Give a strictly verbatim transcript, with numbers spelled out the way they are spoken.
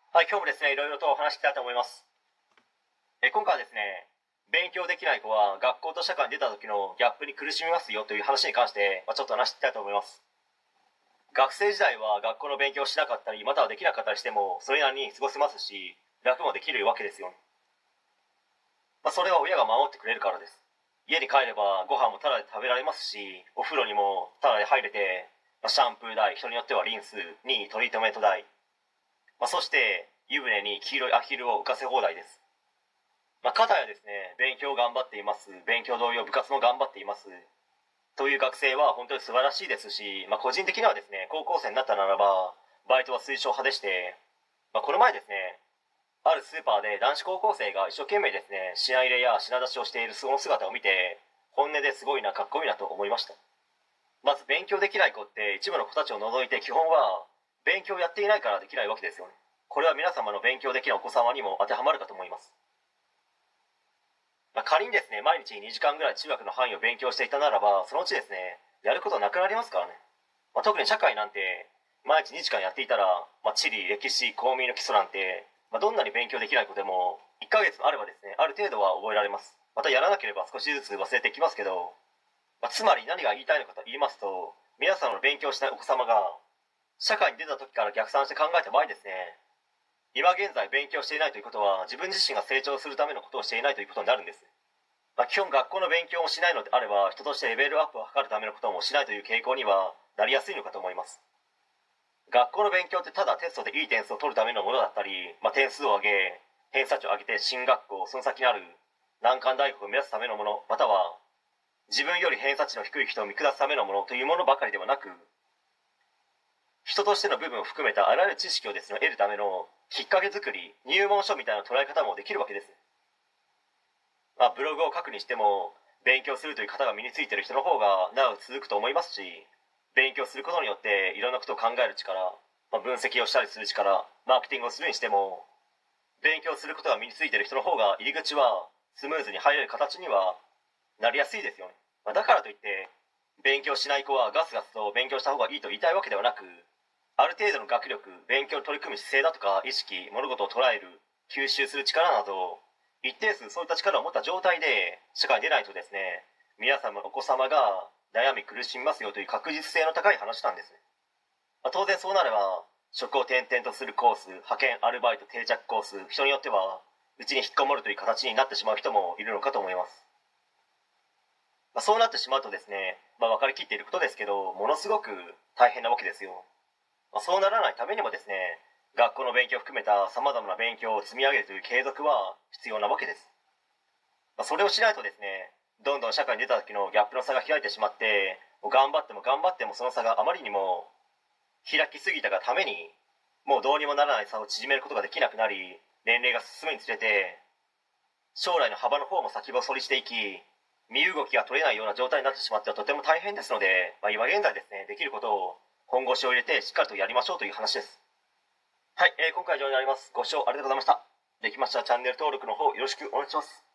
はい、今日もですね、いろいろとお話ししたいと思います。え今回はですね、勉強できない子は学校と社会に出た時のギャップに苦しみますよという話に関して、まあ、ちょっと話していきたいと思います。学生時代は学校の勉強をしなかったり、またはできなかったりしても、それなりに過ごせますし、楽もできるわけですよ。まあ、それは親が守ってくれるからです。家に帰ればご飯もタダで食べられますし、お風呂にもタダで入れて、まあ、シャンプー代、人によってはリンスにトリートメント代、まあ、そして湯船に黄色いアヒルを浮かせ放題です。まあ、かたやですね、勉強頑張っています、勉強同様部活も頑張っていますという学生は本当に素晴らしいですし、まあ、個人的にはですね、高校生になったならばバイトは推奨派でして、まあ、この前ですね、あるスーパーで男子高校生が一生懸命ですね、品入れや品出しをしているその姿を見て、本音ですごいな、かっこいいなと思いました。まず勉強できない子って一部の子たちを除いて基本は勉強をやっていないからできないわけですよね。これは皆様の勉強できないお子様にも当てはまるかと思います。まあ、仮にですね、毎日にじかんぐらい中学の範囲を勉強していたならば、そのうちですね、やることなくなりますからね。まあ、特に社会なんて毎日にじかんやっていたら、まあ、地理、歴史、公民の基礎なんて、まあ、どんなに勉強できない子でもいっかげつあればですね、ある程度は覚えられます。またやらなければ少しずつ忘れてきますけど、まあ、つまり何が言いたいのかと言いますと、皆さんの勉強しないお子様が社会に出た時から逆算して考えた場合ですね、今現在勉強していないということは自分自身が成長するためのことをしていないということになるんです。まあ、基本学校の勉強をしないのであれば、人としてレベルアップを図るためのこともしないという傾向にはなりやすいのかと思います。学校の勉強ってただテストでいい点数を取るためのものだったり、まあ、点数を上げ偏差値を上げて進学校、その先にある難関大学を目指すためのもの、または自分より偏差値の低い人を見下すためのものというものばかりではなく、人としての部分を含めたあらゆる知識をですね、得るためのきっかけ作り、入門書みたいな捉え方もできるわけです。まあ、ブログを書くにしても、勉強するという方が身についている人の方が長く続くと思いますし、勉強することによっていろんなことを考える力、まあ、分析をしたりする力、マーケティングをするにしても、勉強することが身についている人の方が入り口はスムーズに入れる形にはなりやすいですよね。まあ、だからといって勉強しない子はガスガスと勉強した方がいいと言いたいわけではなく、ある程度の学力、勉強に取り組む姿勢だとか意識、物事を捉える、吸収する力など、一定数そういった力を持った状態で社会に出ないとですね、皆様のお子様が悩み苦しみますよという確実性の高い話なんですね。まあ、当然そうなれば職を転々とするコース、派遣、アルバイト、定着コース、人によってはうちに引っこもるという形になってしまう人もいるのかと思います。まあ、そうなってしまうとですね、まあ、分かりきっていることですけど、ものすごく大変なわけですよ。まあ、そうならないためにもですね、学校の勉強を含めたさまざまな勉強を積み上げるという継続は必要なわけです。まあ、それをしないとですね、どんどん社会に出た時のギャップの差が開いてしまって、もう頑張っても頑張ってもその差があまりにも開きすぎたがために、もうどうにもならない差を縮めることができなくなり、年齢が進むにつれて将来の幅の方も先細りしていき、身動きが取れないような状態になってしまってはとても大変ですので、まあ、今現在ですね、できることを本腰を入れてしっかりとやりましょうという話です。はい、えー、今回は以上になります。ご視聴ありがとうございました。できましたらチャンネル登録の方よろしくお願いします。